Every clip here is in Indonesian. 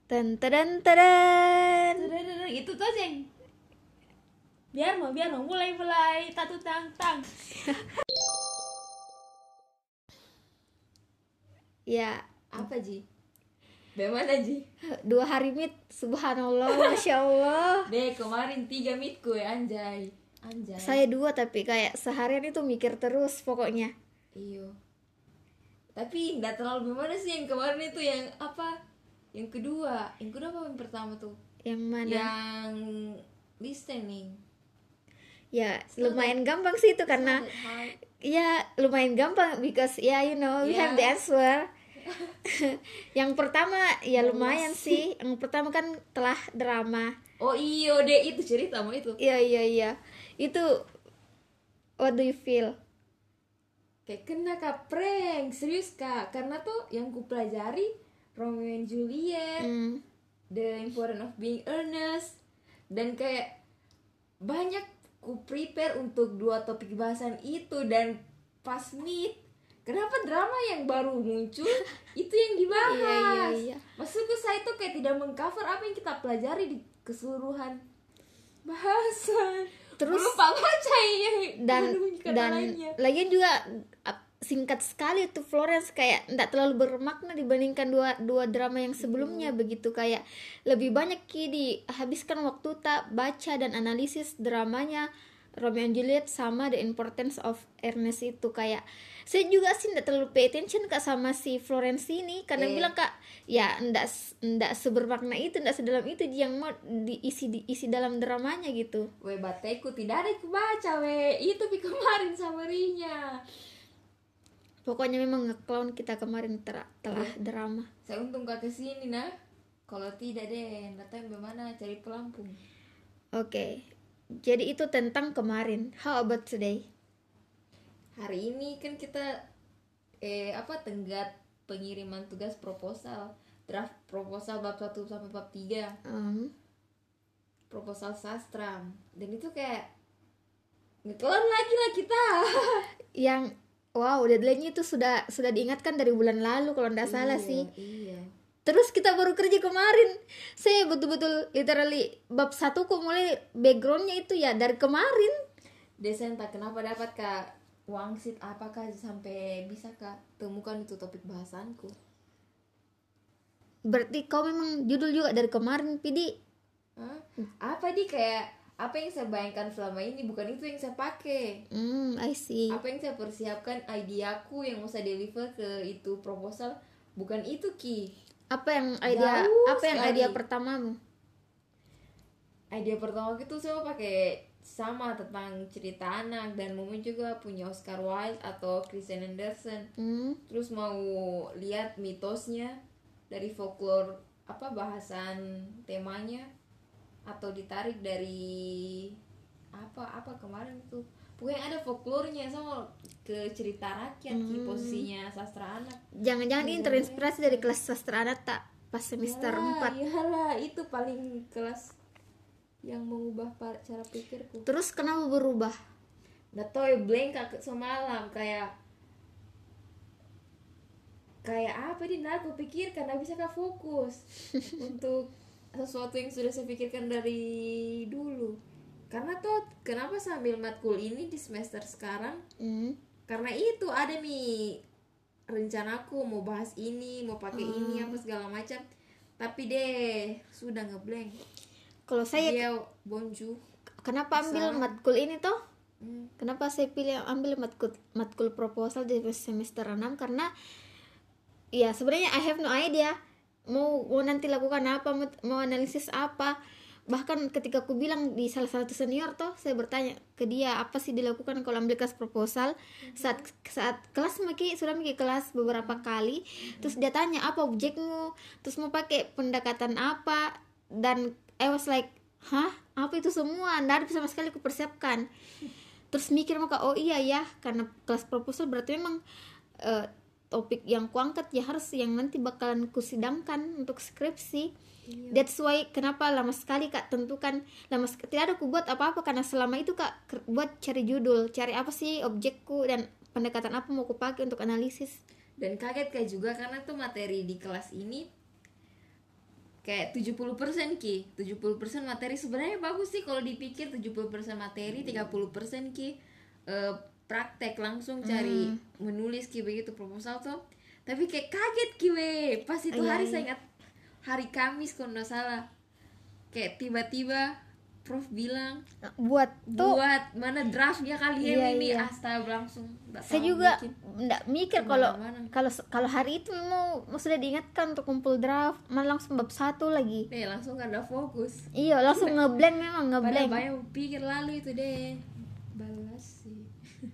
Ten teden teden. Itu tuh aja yang biar mau mulai tatu tang. Ya, Apa Ji? Bagaimana Ji? 2 hari meet, subhanallah, masya Allah. Deh kemarin 3 meetku ya anjay. Saya 2 tapi kayak seharian itu mikir terus pokoknya. Iyo. Tapi nggak terlalu gimana sih yang kemarin itu yang apa? Yang kedua apa yang pertama tuh? Yang mana? Yang listening. Ya, lumayan gampang sih itu karena ya lumayan gampang because ya you know we have the answer. Yang pertama ya lumayan sih. Yang pertama kan telah drama. Oh iyo deh itu cerita mau itu. Iya. Itu what do you feel? Kayak kena kak prank, serius kak. Karena tuh yang ku pelajari Romeo and Juliet, The Importance of Being Earnest, dan kayak banyak ku prepare untuk 2 topik bahasan itu. Dan pas meet, kenapa drama yang baru muncul itu yang dibahas? Iya. Maksudku saya tuh kayak tidak mengcover apa yang kita pelajari di keseluruhan bahasan. Terus lupa baca ya dan lagian juga singkat sekali tuh Florence, kayak nggak terlalu bermakna dibandingkan dua drama yang sebelumnya. Begitu kayak lebih banyak dihabiskan waktu tak baca dan analisis dramanya Romeo and Juliet sama The Importance of Earnest itu. Kayak saya juga sih nggak terlalu pay attention kak sama si Florence ini karena bilang kak ya nggak sebermakna itu, nggak sedalam itu yang mau diisi dalam dramanya gitu. Bateku tidak ada ku baca itu kemarin summary-nya. Pokoknya memang nge-clown kita kemarin telah drama. Saya untung gak kesini nah. Kalau tidak deh, nggak tahu bagaimana cari pelampung. Oke. Jadi itu tentang kemarin. How about today? Hari ini kan kita tenggat pengiriman tugas proposal, draft proposal bab 1 sampai bab 3. Proposal sastra. Dan itu kayak nge-clown lagi lah kita. Yang wow, deadline-nya itu sudah diingatkan dari bulan lalu kalau nggak salah sih. Iya. Terus kita baru kerja kemarin. Saya betul-betul literally bab 1 kok mulai background-nya itu ya dari kemarin. Desain tak kenapa dapat kak wangsit apakah sampai bisa kak temukan itu topik bahasanku. Berarti kau memang judul juga dari kemarin, Pidi. Apa kayak apa yang saya bayangkan selama ini bukan itu yang saya pakai. I see. Apa yang saya persiapkan ideaku yang mau saya deliver ke itu proposal bukan itu Ki. Apa yang idea pertamamu? Idea pertama itu saya mau pakai sama tentang cerita anak dan mau juga punya Oscar Wilde atau Christian Andersen. Terus mau lihat mitosnya dari folklore bahasan temanya atau ditarik dari apa kemarin itu pokoknya ada folklornya sama ke cerita rakyat posisinya sastra anak. Jangan-jangan ini terinspirasi dari kelas sastra anak tak pas semester 4. Iyalah itu paling kelas yang mengubah cara pikirku. Terus kenapa berubah? Nggak tahu ya, blank semalam kayak apa aku pikir karena bisa fokus untuk sesuatu yang sudah saya pikirkan dari dulu. Karena tuh kenapa saya ambil matkul ini di semester sekarang? Karena itu ada nih rencanaku mau bahas ini, mau pakai ini apa segala macam. Tapi deh sudah ngeblank. Kalau saya dia bonju. Kenapa ambil matkul ini toh? Kenapa saya pilih ambil matkul proposal di semester 6? Karena ya sebenarnya I have no idea mau nanti lakukan apa, mau analisis apa. Bahkan ketika aku bilang di salah satu senior toh, saya bertanya ke dia apa sih dilakukan kalau ambil kelas proposal. Saat kelas sudah maki kelas beberapa kali, terus dia tanya apa objekmu, terus mau pakai pendekatan apa, dan I was like apa itu semua, nggak ada sama sekali aku persiapkan. Terus mikir maka oh iya ya, karena kelas proposal berarti memang topik yang kuangkat ya harus yang nanti bakalan kusidangkan untuk skripsi. That's why kenapa lama sekali kak tentukan, tidak ada ku buat apa-apa karena selama itu kak buat cari judul, cari apa sih objekku dan pendekatan apa mau ku pakai untuk analisis. Dan kaget kak juga karena tuh materi di kelas ini kayak 70% Ki. 70% materi sebenarnya bagus sih kalau dipikir, 70% materi, 30% Ki praktek langsung cari menulis Ki begitu proposal tuh. Tapi kayak kaget Ki we. Pas itu hari saya ingat hari Kamis kalau nggak salah. Kayak tiba-tiba Prof bilang buat mana draftnya kalian ini astaga langsung. Saya juga nggak mikir kalau hari itu memang sudah diingatkan untuk kumpul draft, malah langsung bab 1 lagi. Langsung kan udah fokus. Iya, langsung ngeblank memang ngeblank. Padahal banyak pikir lalu itu deh. Balas sih.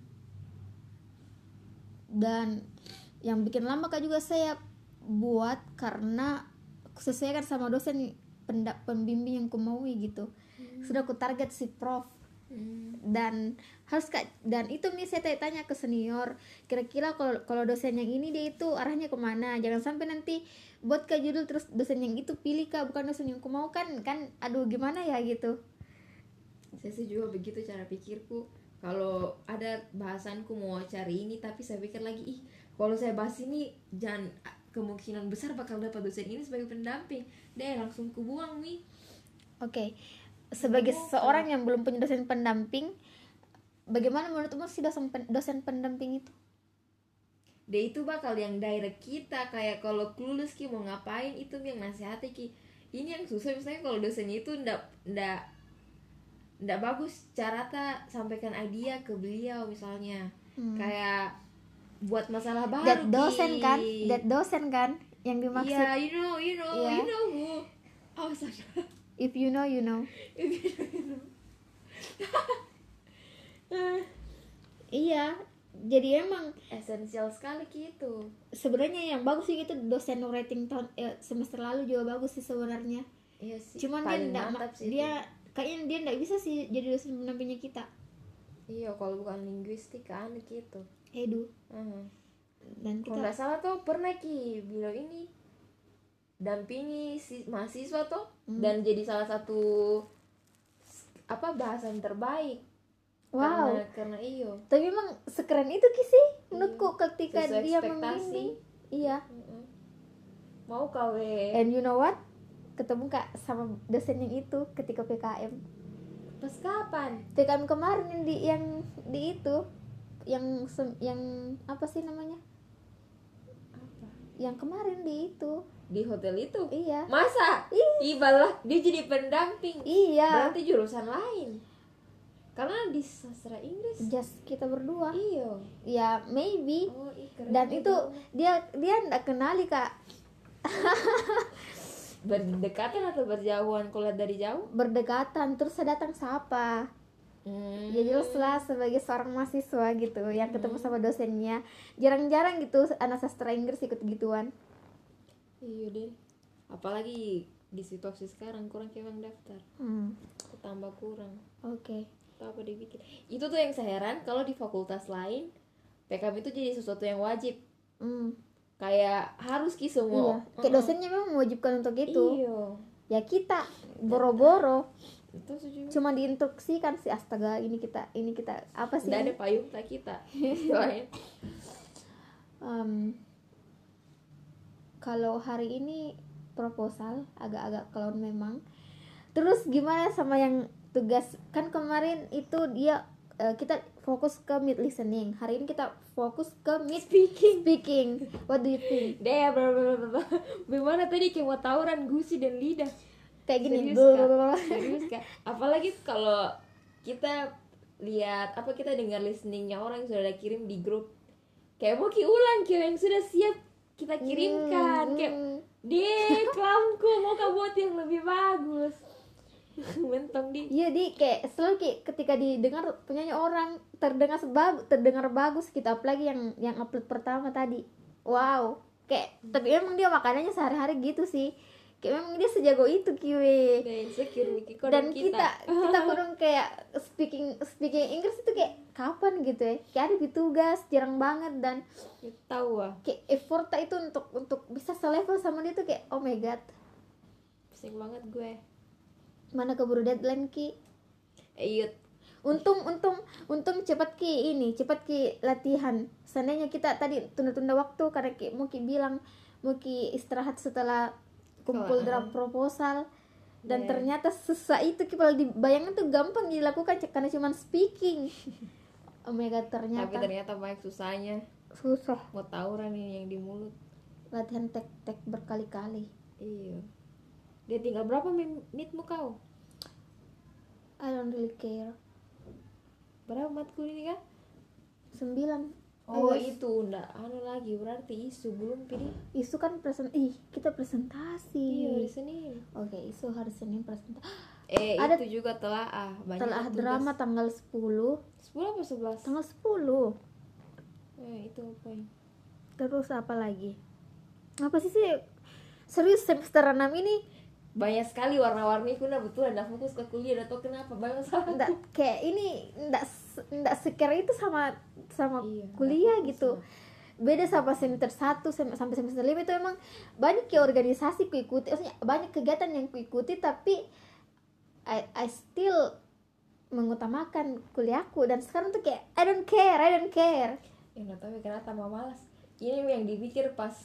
Dan yang bikin lama Kak juga saya buat karena sesuaikan sama dosen pembimbing yang kumaui gitu. Sudah ku target si prof. Dan harus dan itu nih saya tanya ke senior, kira-kira kalau dosen yang ini dia itu arahnya kemana, jangan sampai nanti buat ke judul terus dosen yang itu pilih Kak, bukan dosen yang ku mau kan aduh gimana ya gitu. Saya sih juga begitu cara pikirku. Kalau ada bahasanku mau cari ini tapi saya pikir lagi kalau saya bahas ini jangan, kemungkinan besar bakal dapat dosen ini sebagai pendamping, langsung ku buang nih. Oke. Sebagai seorang yang belum punya dosen pendamping, bagaimana menurutmu si dosen pendamping itu? Dia itu bakal yang direct kita, kayak kalau clueless Ki mau ngapain itu yang nasihati Ki. Ini yang susah misalnya kalau dosennya itu ndak bagus cara sampaikan idea ke beliau misalnya. Kayak buat masalah baru that dosen kan yang dimaksud. Yeah, you know who. Oh, sorry. If you know, you know. Iya, jadi emang esensial sekali gitu. Sebenarnya yang bagus sih gitu dosen writing semester lalu juga bagus sih sebenarnya. Iya sih. Cuman dia kayaknya dia nggak bisa sih jadi dosen pendampingnya kita. Iya, kalau bukan linguistik kan gitu. Edu. Dan kalau nggak salah tuh pernah Ki bilang ini dampingi si mahasiswa tuh dan jadi salah satu bahasan terbaik. Wow. Karena iyo. Tapi emang sekeren itu Ki sih menurutku ketika sesuai dia ekspektasi. membimbing. Iya. Mau kawe. And you know what? Ketemu Kak sama dosen yang itu ketika PKM. Pas kapan? PKM kemarin yang di itu yang apa sih namanya? Apa? Yang kemarin di itu. Di hotel itu? Iya. Masa? Ibalah dia jadi pendamping. Iya. Berarti jurusan lain. Karena di sastra Inggris. Just kita berdua. Iya. Ya maybe. Oh, dan itu dia nggak kenali Kak. Berdekatan atau berjauhan? Kalau dari jauh? Berdekatan. Terus saya datang sapa. Ya jelas lah sebagai seorang mahasiswa gitu yang ketemu sama dosennya. Jarang-jarang gitu anak sastra Inggris ikut gituan. Iya deh. Apalagi di situasi sekarang kurang kewang daftar. Tambah kurang. Oke. Apa dibikin? Itu tuh yang saya heran kalau di fakultas lain PKM itu jadi sesuatu yang wajib. Kayak harus Ki semua. Iya. Kayak dosennya memang mewajibkan untuk itu. Iya. Ya kita boro-boro. Itu cuma diinstruksikan sih astaga ini kita apa sih? Nggak ada payung tak kita. Istilahnya. Kalau hari ini proposal agak-agak clown memang. Terus gimana sama yang tugas kan kemarin itu dia kita fokus ke mid listening. Hari ini kita fokus ke mid speaking. What do you think? Bagaimana tadi kayak mau tawuran gusi dan lidah. Kayak gini. Serius Kak. Apalagi kalau kita lihat kita dengar listeningnya orang yang sudah ada kirim di grup. Kayak mau ulang yang sudah siap kita kirimkan kayak klamku mau buat yang lebih bagus. Mentong iya kayak selalu kayak ketika didengar penyanyi orang terdengar bagus kita apalagi yang upload pertama tadi wow kayak tapi emang dia makanannya sehari-hari gitu sih kayak memang dia sejago itu kiwe dan kita kurang kayak speaking Inggris itu kayak kapan gitu ya kayak ada di tugas jarang banget dan tahu kayak effort itu untuk bisa selevel sama dia tuh kayak oh my god pusing banget gue mana keburu deadline Ki untung cepat Ki latihan seandainya kita tadi tunda-tunda waktu karena Ki mau Ki bilang mau Ki istirahat setelah kumpul draft proposal dan ternyata susah itu kalau dibayangkan tuh gampang dilakukan karena cuma speaking. Oh my god, tapi ternyata banyak susahnya. Susah. Mau tawuran ini yang di mulut. Latihan tek berkali-kali. Iya. Dia tinggal berapa menitmu kau? I don't really care. Berapa matkul ini kan? 9. Oh itu ndak anu lagi berarti isu belum pilih. Isu kan kita presentasi. Iya hari Senin. Oke, isu hari Senin presentasi. Ada itu juga telaah. Telaah drama tanggal 10. 10 apa 11? Tanggal 10. Itu apa ya? Terus apa lagi? Apa sih serius semester 6 ini banyak sekali warna-warni. Aku betul ndak fokus ke kuliah, atau kenapa banyak sekali. Kayak ini ndak sekira itu sama kuliah gitu. Beda sama semester 1 sampai semester 5 itu emang banyak ya organisasi kuikuti, maksudnya banyak kegiatan yang kuikuti, tapi I still mengutamakan kuliahku. Dan sekarang tuh kayak I don't care. Ya nggak tahu kenapa tambah malas. Ini yang dipikir pas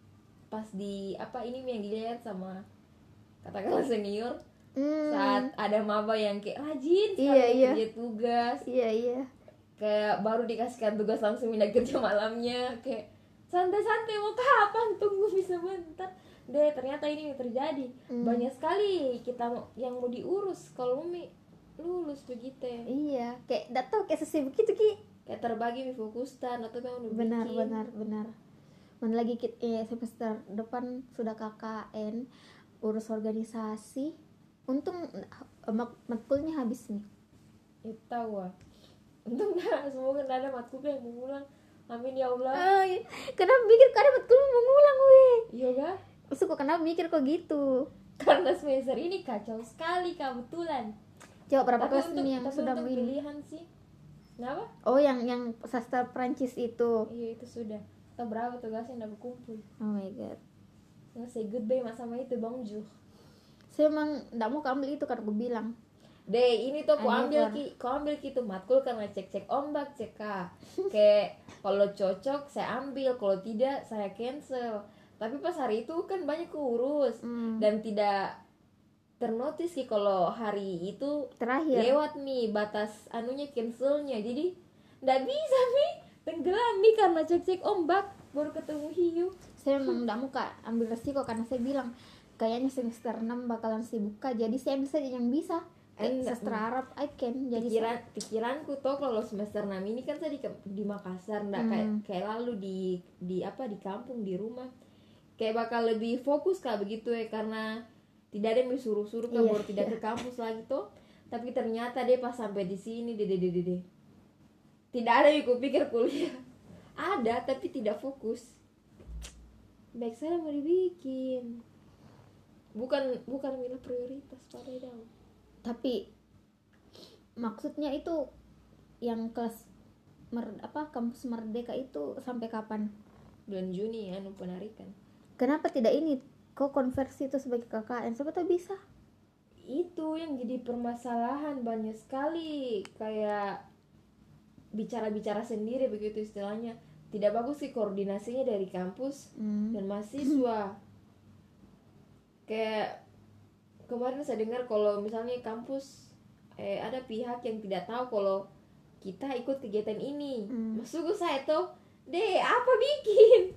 di apa, ini yang dilihat sama katakanlah senior saat ada maba yang kayak rajin sekali kerja tugas. Iya. Kayak baru dikasihkan tugas langsung pindah kerja malamnya, kayak santai-santai mau kapan, tunggu bisa bentar deh. Ternyata ini yang terjadi. Banyak sekali kita yang mau diurus kalau mau lulus begitu ya. Iya, kayak nggak tahu kayak sesibuk itu Ki. Kayak terbagi fokuskan atau yang udah benar. Mana lagi semester depan sudah KKN, urus organisasi. Untung matkulnya habis nih. Ya tahu ah. Untung semoga nggak ada matkul yang mengulang. Amin ya Allah. Kenapa mikir ada matkul mengulang weh? Iya kan? Suka kenapa mikir kok gitu? Karena semester ini kacau sekali kebetulan. Coba berapa kelas ini yang sudah pilihan sih? Kenapa? Oh yang sastra Prancis itu. Iya itu sudah. Atau berapa tugasnya udah berkumpul. Oh my god. Nggak say goodbye sama itu bonjour. Saya emang nggak mau ambil itu karena gue bilang. Ini tuh aku ambil gitu matkul karena cek ombak kayak kalau cocok saya ambil, kalau tidak saya cancel. Tapi pas hari itu kan banyak keurus dan tidak ternotis sih kalau hari itu terakhir lewat nih batas anunya cancelnya, jadi nggak bisa tenggelam karena cek ombak baru ketemu hiu. Saya memang nggak mau ambil resiko karena saya bilang kayaknya semester 6 bakalan sibuk jadi saya ambil saja yang bisa. Sastra Arab I can. Jadi pikiranku tuh kalau semester 6 ini kan saya di Makassar, nggak kayak lalu di kampung di rumah, kayak bakal lebih fokus begitu ya, karena tidak ada yang disuruh-suruh baru tidak ke kampus lagi tuh. Tapi ternyata dia pas sampai di sini deh tidak ada yang kupikir kuliah. Ada tapi tidak fokus. Baik saya mau dibikin bukan milah prioritas pada dalam. Tapi maksudnya itu yang kelas kampus Merdeka itu sampai kapan? Bulan Juni penarikan. Kenapa tidak ini kok konversi itu sebagai KKN? Siapa tahu bisa. Itu yang jadi permasalahan, banyak sekali kayak bicara sendiri begitu istilahnya. Tidak bagus sih koordinasinya dari kampus dan mahasiswa. Kayak kemarin saya dengar kalau misalnya kampus ada pihak yang tidak tahu kalau kita ikut kegiatan ini. Maksudku saya tuh apa bikin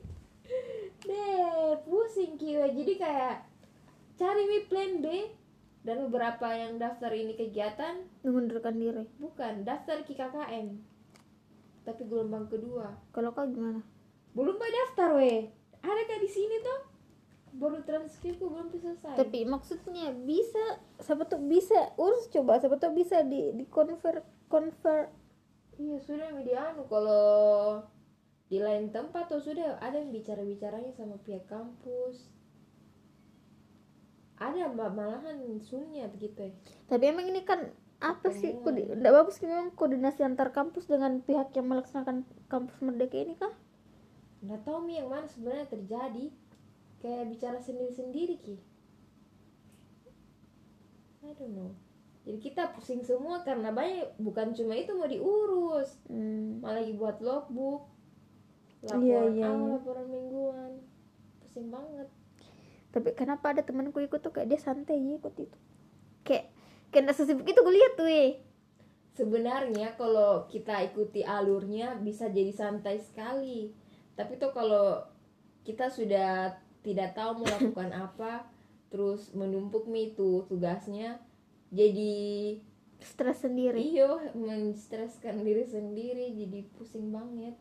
pusing kiwa. Jadi kayak cari plan B, dan beberapa yang daftar ini kegiatan mengundurkan diri. Bukan, daftar KKN tapi gelombang kedua. Kalau kau gimana? Belum daftar ada kan di sini tuh, baru transkripku belum selesai. Tapi maksudnya bisa, siapa tuh bisa urus, coba siapa tuh bisa di convert. Iya sudah mediano kalau di lain tempat tuh sudah ada yang bicaranya sama pihak kampus. Ada malahan zoomnya begitu ya. Tapi emang ini kan apa sih tidak bagus memang koordinasi antar kampus dengan pihak yang melaksanakan kampus Merdeka ini kah? Nggak tahu yang mana sebenarnya terjadi, kayak bicara sendiri Ki. I don't know. Jadi kita pusing semua karena banyak, bukan cuma itu mau diurus, malah lagi buat logbook, laporan awal, laporan mingguan, pusing banget. Tapi kenapa ada temanku ikut tuh kayak dia santai ikut itu, kayak nggak sesibuk itu gue lihat tuh. Sebenarnya kalau kita ikuti alurnya bisa jadi santai sekali, tapi tuh kalau kita sudah tidak tahu melakukan apa, terus menumpuk itu tugasnya, jadi Stres sendiri. iyo menstreskan diri sendiri, jadi pusing banget.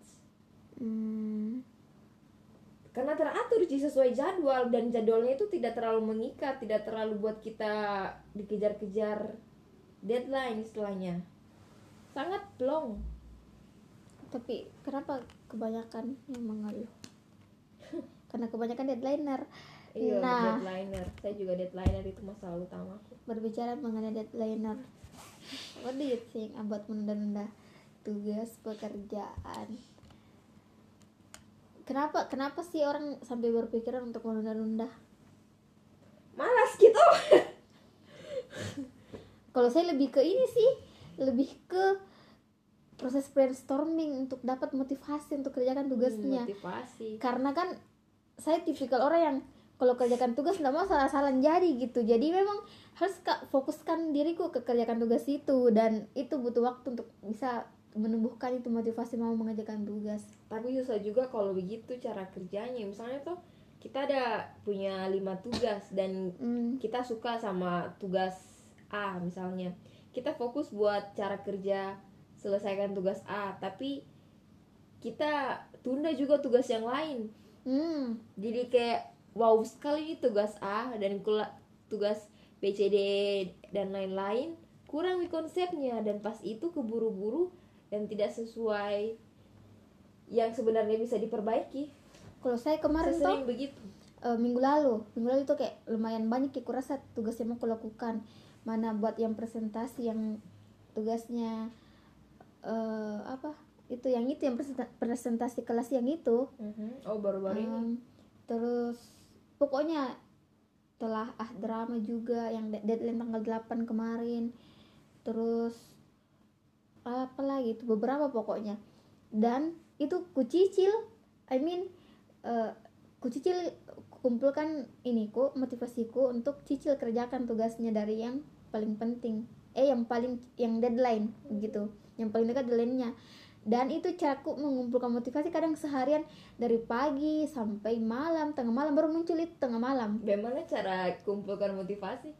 Karena teratur sih sesuai jadwal, dan jadwalnya itu tidak terlalu mengikat, tidak terlalu buat kita dikejar-kejar deadline istilahnya, sangat plong. Tapi kenapa kebanyakan yang mengeluh? Karena kebanyakan deadliner. Iya, Nah, deadliner, saya juga deadliner, itu masalah utamaku. berbicara mengenai deadliner, what do you think about menunda-nunda tugas pekerjaan? Kenapa sih orang sampai berpikiran untuk menunda-nunda? Malas gitu. Kalau saya lebih ke ini sih, lebih ke proses brainstorming untuk dapat motivasi untuk kerjakan tugasnya. Motivasi. Karena kan saya tipikal orang yang kalau kerjakan tugas nggak mau salah-salah jadi gitu. Jadi memang harus fokuskan diriku ke kerjakan tugas itu, dan itu butuh waktu untuk bisa menumbuhkan itu motivasi mau mengerjakan tugas. Tapi susah juga kalau begitu cara kerjanya. Misalnya tuh kita ada punya 5 tugas dan kita suka sama tugas A misalnya. Kita fokus buat cara kerja selesaikan tugas A, tapi kita tunda juga tugas yang lain. Jadi kayak wow sekali nih tugas A, dan tugas B, C, D dan lain-lain kurang nih konsepnya, dan pas itu keburu-buru dan tidak sesuai yang sebenarnya bisa diperbaiki. Kalau saya kemarin sering begitu. Minggu lalu itu kayak lumayan banyak ya kurasa tugas yang mau aku lakukan. Mana buat yang presentasi, yang tugasnya yang presentasi kelas yang itu. Baru-baru ini. Terus pokoknya telah drama juga yang deadline tanggal 8 kemarin. Terus apa lagi itu beberapa pokoknya, dan itu kucicil kumpulkan motivasiku untuk cicil kerjakan tugasnya dari yang paling penting yang deadline gitu, yang paling dekat deadline-nya. Dan itu caraku mengumpulkan motivasi, kadang seharian dari pagi sampai malam, tengah malam baru muncul itu tengah malam. Bagaimana cara kumpulkan motivasi?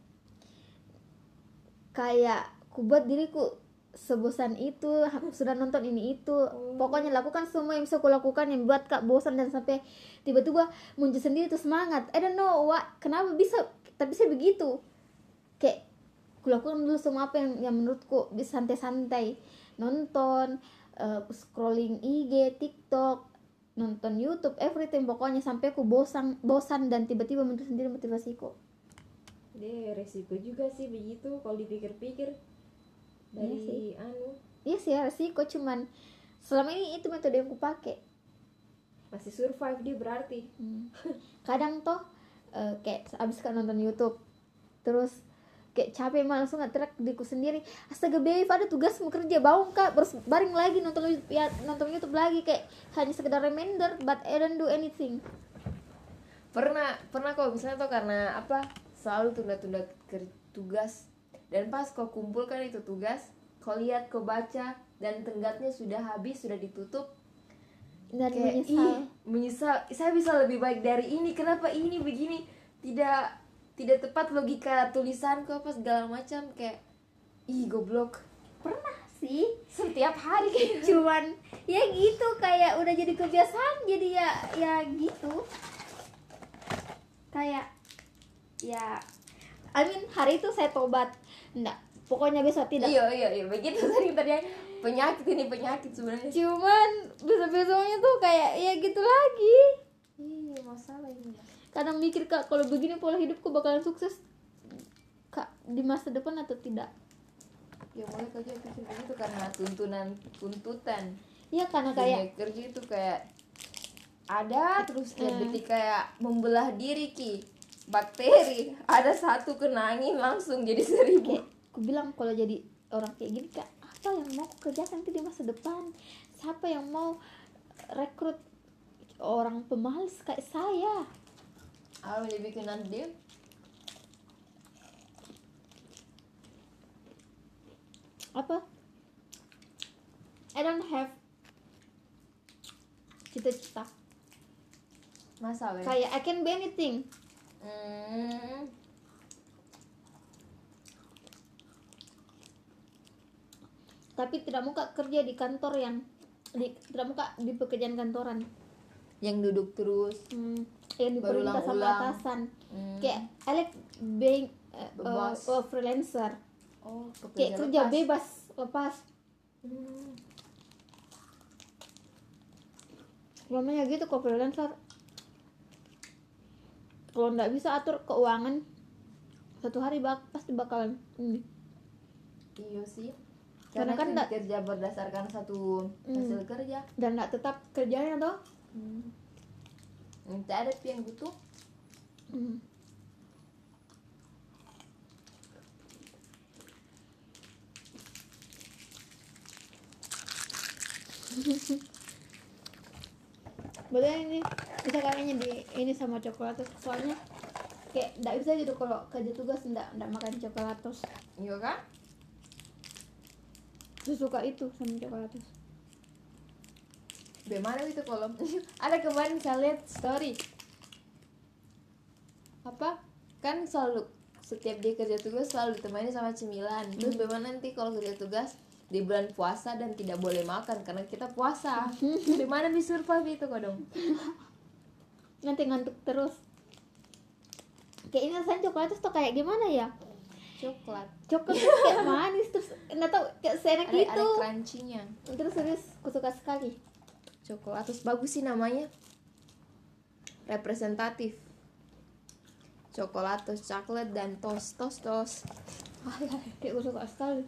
Kayak ku buat diriku sebosan itu, sudah nonton ini itu, pokoknya lakukan semua yang bisa aku lakukan yang buat kak bosan, dan sampai tiba-tiba muncul sendiri tuh semangat. I don't know kenapa bisa, tapi saya begitu, kayak aku lakukan dulu semua apa yang menurutku bisa santai-santai, nonton, scrolling IG, TikTok, nonton YouTube, everything, pokoknya sampai aku bosan dan tiba-tiba muncul sendiri motivasiku. Resiko juga sih begitu kalau dipikir-pikir. Dari iya sih resiko, cuman selama ini itu metode yang aku pakai. Masih survive dia berarti. Kadang toh kayak abis kan nonton YouTube, terus kayak capek malah langsung nge-track diriku sendiri, astaga Bev ada tugas mau kerja, bangun kak, terus baring lagi nonton YouTube lagi, kayak hanya sekedar reminder but I don't do anything. Pernah kok misalnya tuh karena selalu tunda-tunda tugas, dan pas kau kumpulkan itu tugas, kau lihat, kau baca, dan tenggatnya sudah habis, sudah ditutup, dan kayak, menyesal, saya bisa lebih baik dari ini, kenapa ini begini, tidak tepat logika tulisanku apa segala macam, kayak goblok. Pernah sih setiap hari kayak cuman ya gitu, kayak udah jadi kebiasaan, jadi ya gitu, kayak ya hari itu saya tobat, enggak, pokoknya besok tidak. Iya begitu sering terjadi. Penyakit sebenarnya, cuman besoknya tuh kayak ya gitu lagi. Masalah ini. Kadang mikir kak, kalau begini pola hidupku bakalan sukses kak di masa depan atau tidak. Ya mulai kerja pikir begitu karena tuntutan. Iya, karena kayak kerja itu kayak ada terus detik kayak membelah diri bakteri, ada satu kena angin langsung jadi 1000. Aku bilang kalau jadi orang kayak gini kak, apa yang mau aku kerjakan di masa depan? Siapa yang mau rekrut orang pemalas kayak saya? Kalau dibikin nanti apa, I don't have cita-cita. masa weh. Kayak I can be anything. Tapi tidak mau Kak kerja di kantor yang tidak mau Kak di pekerjaan kantoran Yang duduk terus. yang diperintah sama Berulang-ulang. atasan. Kayak I like being Bebas. a freelancer. Oh, Kayak kerja bebas, lepas. Namanya gitu kok freelancer. Kalau nggak bisa atur keuangan, satu hari pasti bakalan ini. Iya sih. Karena kan kan kerja berdasarkan satu hasil kerja. Dan nggak tetap kerjanya toh. Tidak ada yang butuh. Boleh ini bisa kayaknya di ini sama coklatos, soalnya kayak nggak bisa gitu kalau kerja tugas nggak makan coklatos. Iya kan? Suka itu sama coklatos. Bagaimana itu kalau ada kemarin saya lihat story apa kan selalu setiap dia kerja tugas selalu ditemani sama cemilan. Terus bagaimana nanti kalau kerja tugas di bulan puasa dan tidak boleh makan karena kita puasa. Bagaimana di survive itu kok dong? Nanti ngantuk terus. Kayak ini rasanya coklatos tuh kayak gimana ya? Coklat Tuh kayak manis terus nggak tahu kayak seenak ada gitu. crunchy-nya. Terus serius aku suka sekali. Coklatos bagus sih namanya, representatif. Coklatos, coklat dan tos. Kayak aku suka sekali.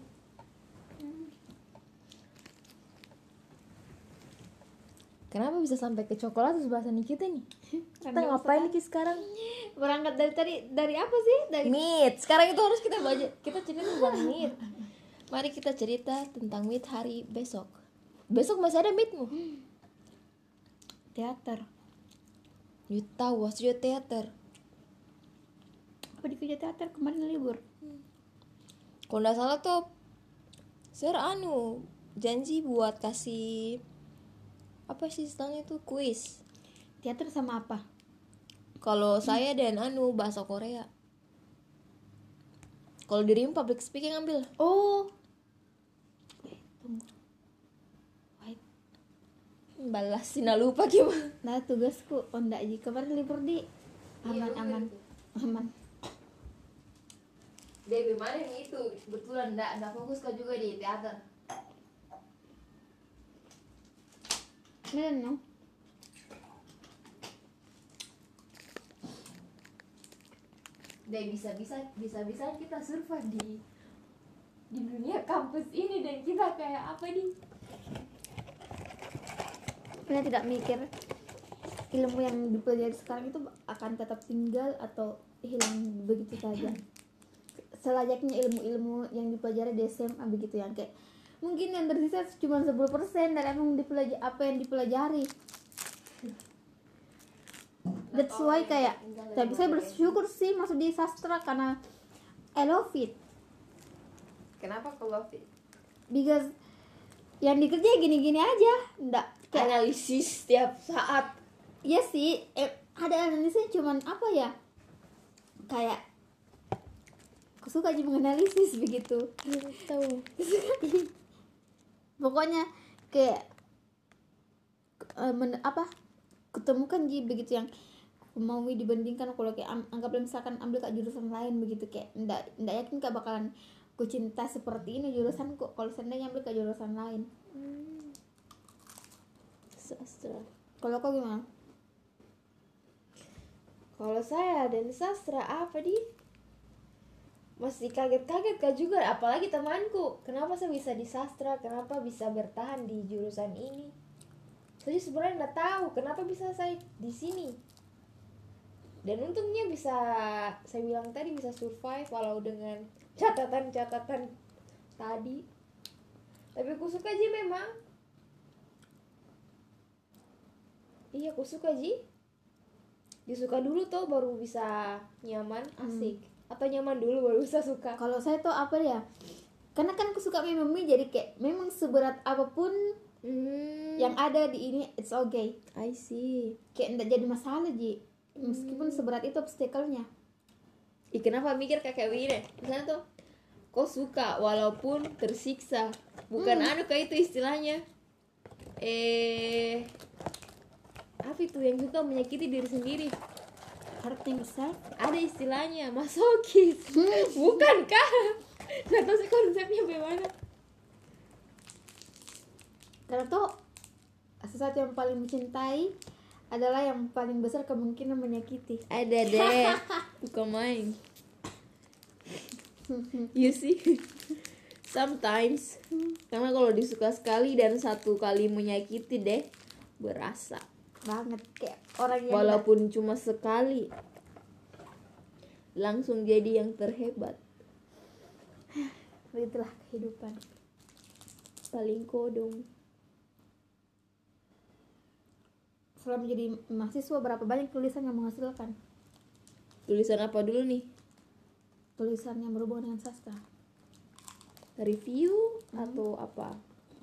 Kenapa bisa sampai ke coklatos bahasan kita nih? Kita Karena ngapain nih sekarang? berangkat dari tadi dari apa sih? Dari Meat. Sekarang itu harus kita cerita tentang meat. Mari kita cerita tentang meat hari besok. Besok masih ada meatmu? teater. You tahu what's your theater? Apa di kerja teater kemarin libur? Kalau nggak salah tuh Sir janji buat kasih apa sih istilahnya tuh kuis. Teater sama apa? Kalau saya dan bahasa Korea. Kalau dirimu public speaking ambil. Oh. Tunggu. Wait. Balas Sina lupa gimana. Nah, tugasku enggak ji kemarin libur di aman. Debbie mana nih itu? Kebetulan enggak fokus kau juga di teater. No. Dan bisa kita survive di dunia kampus ini dan kita kayak apa nih? Kita tidak mikir ilmu yang dipelajari sekarang itu akan tetap tinggal atau hilang begitu saja. Selayaknya ilmu-ilmu yang dipelajari di SMA begitu yang kayak mungkin yang tersisa cuma 10% dan emang apa yang dipelajari. That's why kayak tapi saya bersyukur sih masuk di sastra karena I love it. Kenapa kau love it? Because yang dikerja gini-gini aja, enggak kayak Analisis setiap saat. iya sih, ada analisisnya cuman apa ya? Kayak aku suka aja menganalisis begitu. Tahu. Pokoknya kayak ketemukan begitu yang mau dibandingkan kalau kayak anggaplah misalkan ambil kak jurusan lain begitu kayak ndak yakin kak bakalan ku cinta seperti ini jurusanku kalau seandainya ambil ke jurusan lain. Sastra. Kalau kau gimana? Kalau saya dan sastra apa di? Masih kaget-kaget kak juga, apalagi temanku. Kenapa saya bisa di sastra? Kenapa bisa bertahan di jurusan ini? Saya sebenarnya nggak tahu kenapa bisa saya di sini. Dan untungnya bisa, saya bilang tadi bisa survive walau dengan catatan-catatan tadi. Tapi aku suka Ji memang. Iya aku suka Ji. Ya suka dulu tuh baru bisa nyaman, asik. Atau nyaman dulu baru bisa suka. Kalau saya tuh apa ya, karena kan aku suka meme jadi kayak memang seberat apapun yang ada di ini it's okay, I see. kayak enggak jadi masalah Ji, meskipun seberat itu obstacle-nya. Kenapa mikir kayak begini? Misalnya tuh kau suka walaupun tersiksa. Bukan anu kayak itu istilahnya. Apa itu yang suka menyakiti diri sendiri? Hurting yourself. Ada istilahnya, masokis. Bukankah? Nggak tahu sih konsepnya bagaimana. Karena tuh sesuatu yang paling mencintai adalah yang paling besar kemungkinan menyakiti. Ada deh. Bukan main. You see? Sometimes. Karena kalau disuka sekali dan satu kali menyakiti deh, berasa Banget kayak orang yang walaupun cuma sekali, langsung jadi yang terhebat. begitulah kehidupan. Paling kodong. Selama jadi mahasiswa berapa banyak tulisan yang menghasilkan? Tulisan apa dulu nih? Tulisan yang berhubungan dengan sastra. Review atau apa?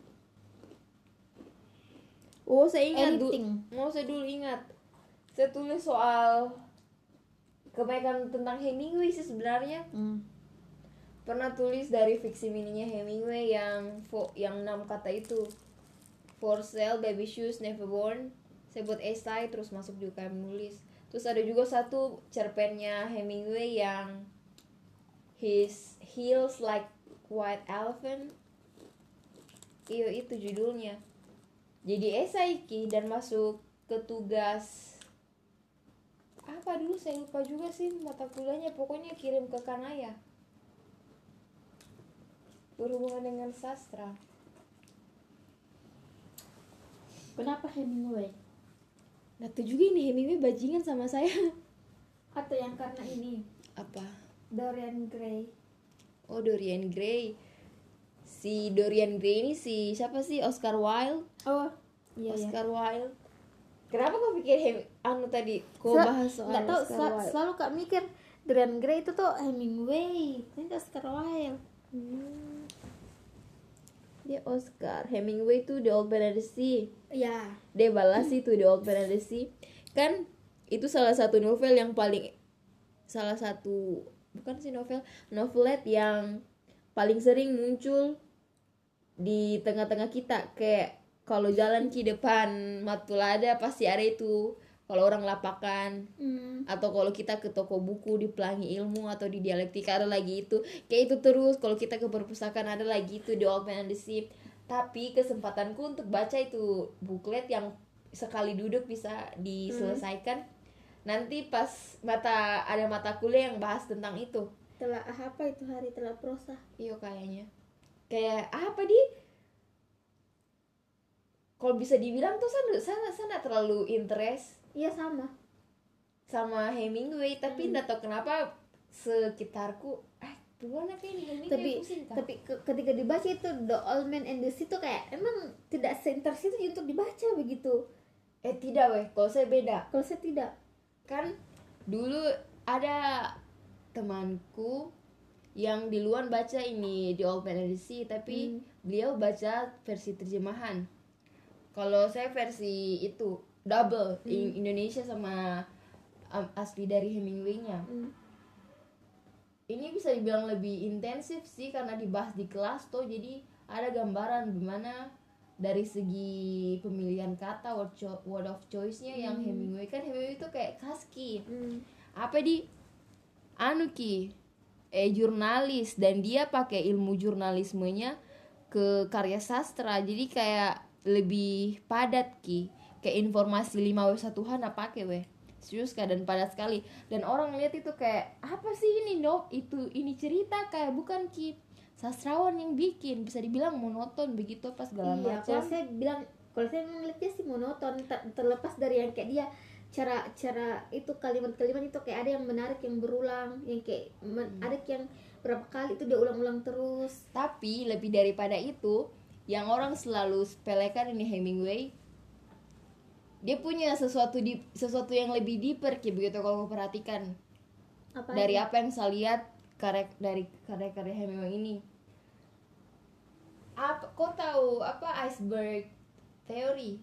Oh, saya ingat saya dulu ingat. Saya tulis soal kebaikan tentang Hemingway sih sebenarnya. Pernah tulis dari fiksi mininya Hemingway yang 6 kata itu. For sale, baby shoes, never worn. Saya buat esai terus masuk juga menulis. Terus ada juga satu cerpennya Hemingway yang His Heels Like White Elephant. Iyo itu judulnya. Jadi esai ki dan masuk ke tugas apa dulu saya lupa juga sih mata kuliahnya, pokoknya kirim ke Kanaya. Berhubungan dengan sastra. Kenapa Hemingway? Nah tuh juga ini Hemingway bajingan sama saya. Atau yang karena ini Apa? Dorian Gray. Oh, Dorian Gray. Si Dorian Gray ini si siapa sih? Oscar Wilde. Oh iya. Oscar Wilde. Kenapa kau pikir anu tadi? Kau bahas soal nggak tahu, Oscar Wilde. selalu kak mikir Dorian Gray itu tuh Hemingway, ini Oscar Wilde. Dia Oscar. Hemingway tuh The Old Man and the Sea. Ya. Dia balas itu The Old Man and the Sea. Kan itu salah satu novel yang paling novelet yang paling sering muncul di tengah-tengah kita. Kayak kalau jalan di depan Matulada pasti ada itu. Kalau orang lapakan atau kalau kita ke toko buku di Pelangi Ilmu atau di Dialektika ada lagi itu. Kayak itu terus. Kalau kita ke perpustakaan ada lagi itu The Old Man and the Sea. Tapi kesempatanku untuk baca itu buklet yang sekali duduk bisa diselesaikan. Nanti pas ada mata kuliah yang bahas tentang itu. Telah apa itu hari telah prosa? Iya kayaknya. Kayak apa di? Kalau bisa dibilang tuh saya terlalu interest. Iya sama Hemingway, tapi nggak tahu kenapa sekitarku gimana kayak ini Hemingway tapi ketika dibaca itu The Old Man and the Sea tuh kayak emang tidak seinterest itu untuk dibaca begitu. Tidak weh, kalau saya beda. Kalau saya tidak. Kan dulu ada temanku yang di luar baca ini The Old Man and the Sea, tapi beliau baca versi terjemahan. Kalau saya versi itu double Indonesia sama asli dari Hemingway-nya. Ini bisa dibilang lebih intensif sih karena dibahas di kelas tuh, jadi ada gambaran gimana dari segi pemilihan kata word of choice-nya yang Hemingway itu kayak Kaski. Apa di jurnalis dan dia pakai ilmu jurnalismenya ke karya sastra. Jadi kayak lebih padat kayak informasi 5W1H pakai serius dan padat sekali, dan orang lihat itu kayak apa sih ini ini cerita kayak bukan sastrawan yang bikin, bisa dibilang monoton begitu pas segala macam. Kalau saya ngeliatnya sih monoton, terlepas dari yang kayak dia cara itu kalimat-kalimat itu kayak ada yang menarik yang berulang, yang kayak ada yang berapa kali itu dia ulang-ulang terus. Tapi lebih daripada itu yang orang selalu sepelekan ini Hemingway, dia punya sesuatu yang lebih deeper kayak begitu kalau kau perhatikan. Apa Dari itu? apa yang saya lihat dari karya-karya Hemingway ini. Kau tahu apa iceberg theory?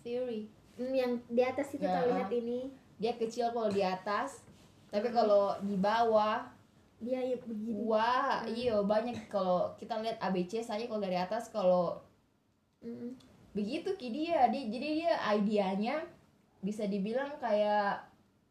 Yang di atas itu Nah, terlihat ini Dia kecil kalau di atas, tapi kalau di bawah dia ya begini. wah, iya banyak. Kalau kita lihat ABC saja kalau dari atas, kalau Mm. begitu ki jadi dia idenya bisa dibilang kayak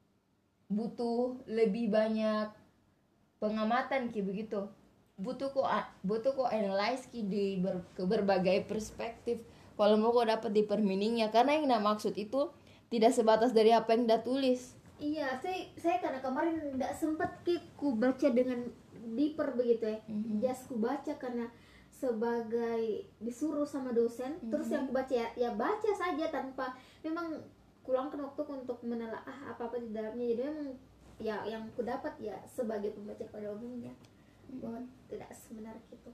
butuh lebih banyak pengamatan ki begitu. Butuh kok analyze ki ke berbagai perspektif kalau mau kok dapat deeper meaningnya, karena yang nak maksud itu tidak sebatas dari apa yang dah tulis. Iya, saya karena kemarin nggak sempat ku baca dengan deeper begitu ya. Just ku baca karena sebagai disuruh sama dosen. Terus yang ku baca ya baca saja tanpa memang kulangkan waktu untuk menelaah apa-apa di dalamnya. Jadi memang ya yang ku dapat ya sebagai pembaca pada umumnya bahwa tidak sebenarnya itu.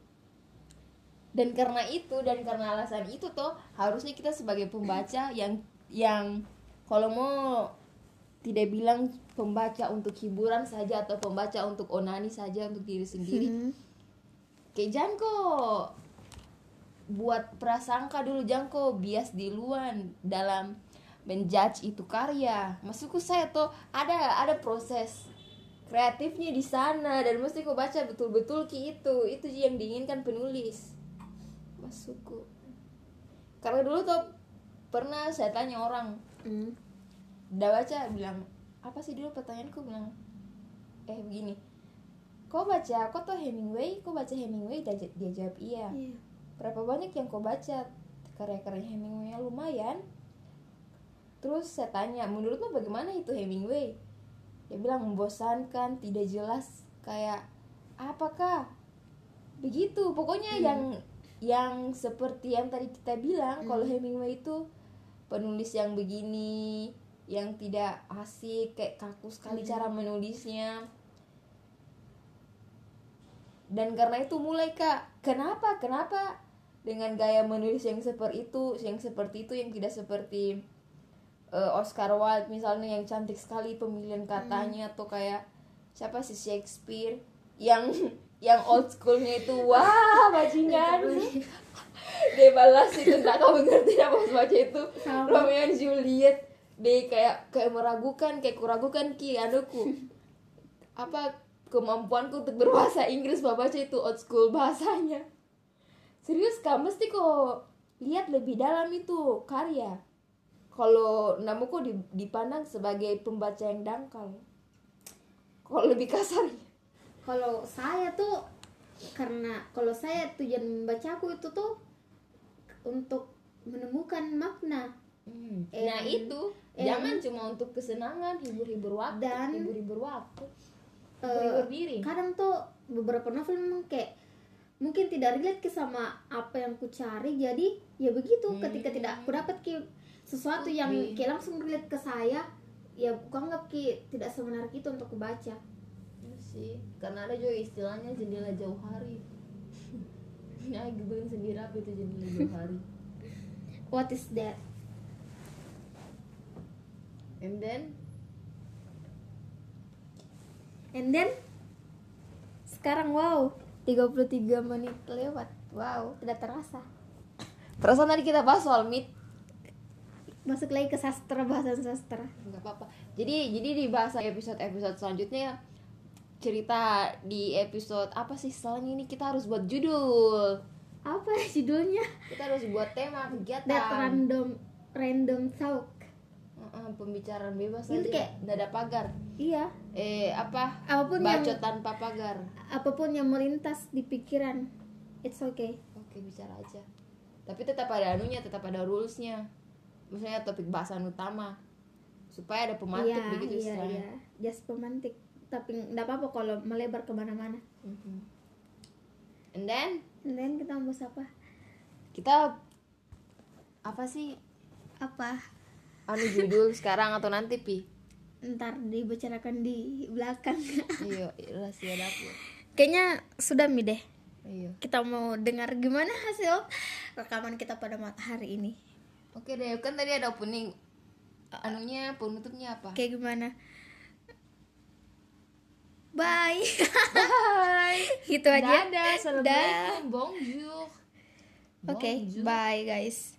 Dan karena alasan itu toh harusnya kita sebagai pembaca yang kalau mau tidak bilang pembaca untuk hiburan saja atau pembaca untuk onani saja untuk diri sendiri. Kayak jangan kok buat prasangka dulu, jangan kok bias duluan dalam menjudge itu karya. Maksudku saya tuh ada proses kreatifnya di sana dan mesti kok baca betul-betul ki itu yang diinginkan penulis. Maksudku. Karena dulu tuh pernah saya tanya orang, udah baca, bilang apa sih dulu pertanyaanku, bilang begini, kau tuh Hemingway, kau baca Hemingway? Dia jawab iya. Berapa banyak yang kau baca karya-karya Hemingway? Lumayan. Terus saya tanya, menurutmu bagaimana itu Hemingway? Dia bilang membosankan, tidak jelas, kayak apakah begitu, pokoknya yang seperti yang tadi kita bilang. Kalau Hemingway itu penulis yang begini, yang tidak asik, kayak kaku sekali cara menulisnya. Dan karena itu mulai kenapa dengan gaya menulis yang seperti itu yang tidak seperti Oscar Wilde misalnya, yang cantik sekali pemilihan katanya, atau kayak siapa sih Shakespeare yang old schoolnya itu, wah bajingan. Dia balas itu, tak kau mengerti apa baca itu Romeo and Juliet. Dia kayak meragukan, kuragukan ki anuku apa kemampuanku untuk berbahasa Inggris baca itu old school bahasanya. Serius kamu mesti kok lihat lebih dalam itu karya. Kalau namu kok dipandang sebagai pembaca yang dangkal, kalau lebih kasarnya. Kalau saya tuh, karena kalau saya tujuan membacaku itu tuh untuk menemukan makna. Nah itu jangan cuma untuk kesenangan, hibur waktu, hibur diri. Kadang tuh beberapa novel memang kayak mungkin tidak relate sama apa yang ku cari, jadi ya begitu. Ketika tidak aku dapat sesuatu yang kayak langsung relate ke saya, ya aku anggap tidak semenarik itu untuk ku baca. Ya sih, karena ada juga istilahnya jendela jauh hari. Ya bikin sendiri apa itu jendela jauh hari. What is that? And then sekarang 33 menit lewat. Wow, tidak terasa. Perasaan tadi kita bahas soal mit. Masuk lagi ke sastra, bahasan sastra. Enggak apa-apa. Jadi di bahasa episode selanjutnya, cerita di episode apa sih selanjutnya ini, kita harus buat judul. Apa judulnya? Kita harus buat tema kegiatan. That random talk. Pembicaraan bebas itu aja, kayak nggak ada pagar. Iya. Apapun bacot tanpa pagar. Apapun yang melintas di pikiran, it's okay. Oke, bicara aja. Tapi tetap ada tetap ada rulesnya. Misalnya topik bahasan utama, supaya ada pemantik begitu istilahnya. Iya, just pemantik. Tapi nggak apa-apa kalau melebar kemana-mana. And then kita mau bahas apa? Kita apa sih? Judul sekarang atau nanti Pi? Ntar dibicarakan di belakang. Iya, rahasia dapur. Kayaknya sudah deh. Iya. Kita mau dengar gimana hasil rekaman kita pada hari ini. Oke deh, kan tadi ada opening. anunya penutupnya apa? Kayak gimana? Bye. Bye. Gitu aja. Dadah, assalamualaikum, bonjour. Oke, bye guys.